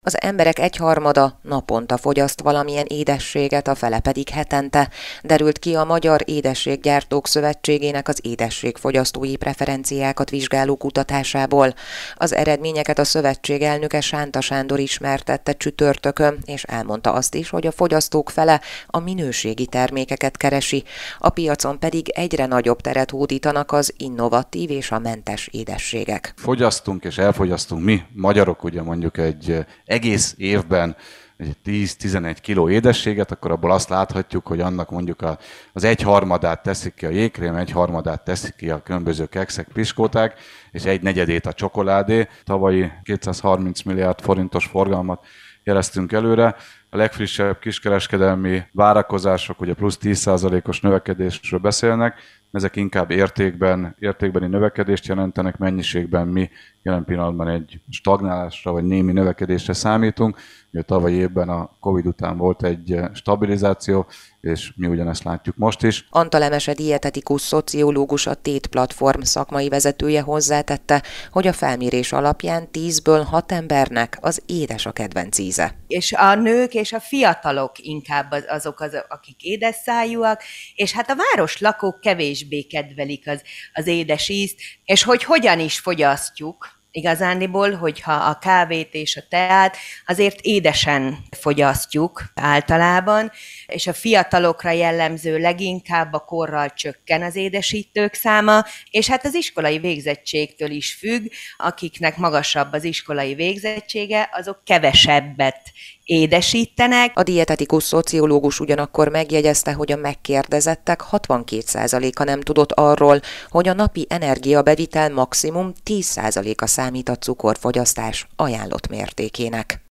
Az emberek egyharmada naponta fogyaszt valamilyen édességet, a fele pedig hetente, derült ki a Magyar Édességgyártók Szövetségének az édességfogyasztói preferenciákat vizsgáló kutatásából. Az eredményeket a szövetség elnöke Sánta Sándor ismertette csütörtökön, és elmondta azt is, hogy a fogyasztók fele a minőségi termékeket keresi, a piacon pedig egyre nagyobb teret hódítanak az innovatív és a mentes édességek. Fogyasztunk és elfogyasztunk mi, magyarok, ugye mondjuk egy egész évben egy 10-11 kiló édességet, akkor abból azt láthatjuk, hogy annak mondjuk az egyharmadát teszik ki a jégkrém, egyharmadát teszik ki a különböző kekszek, piskóták, és egy negyedét a csokoládé. Tavalyi 230 milliárd forintos forgalmat jeleztünk előre. A legfrissebb kiskereskedelmi várakozások ugye plusz 10%-os növekedésről beszélnek, ezek inkább értékbeni növekedést jelentenek, mennyiségben mi jelen pillanatban egy stagnálásra vagy némi növekedésre számítunk. Ugye tavalyi évben a Covid után volt egy stabilizáció, és mi ugyanezt látjuk most is. Antal Emese dietetikus szociológus, a Tét platform szakmai vezetője hozzátette, hogy a felmérés alapján 10-ből 6 embernek az édes a kedvenc íze. És a nők és a fiatalok inkább azok, akik édesszájúak, és hát a városlakók kevésbé kedvelik az édes ízt, és hogy hogyan is fogyasztjuk. Igazándiból, hogyha a kávét és a teát azért édesen fogyasztjuk általában, és a fiatalokra jellemző leginkább a korral csökken az édesítők száma, és hát az iskolai végzettségtől is függ, akiknek magasabb az iskolai végzettsége, azok kevesebbet édesítenek. A dietetikus szociológus ugyanakkor megjegyezte, hogy a megkérdezettek 62%-a nem tudott arról, hogy a napi energiabevitel maximum 10%-a számít a cukorfogyasztás ajánlott mértékének.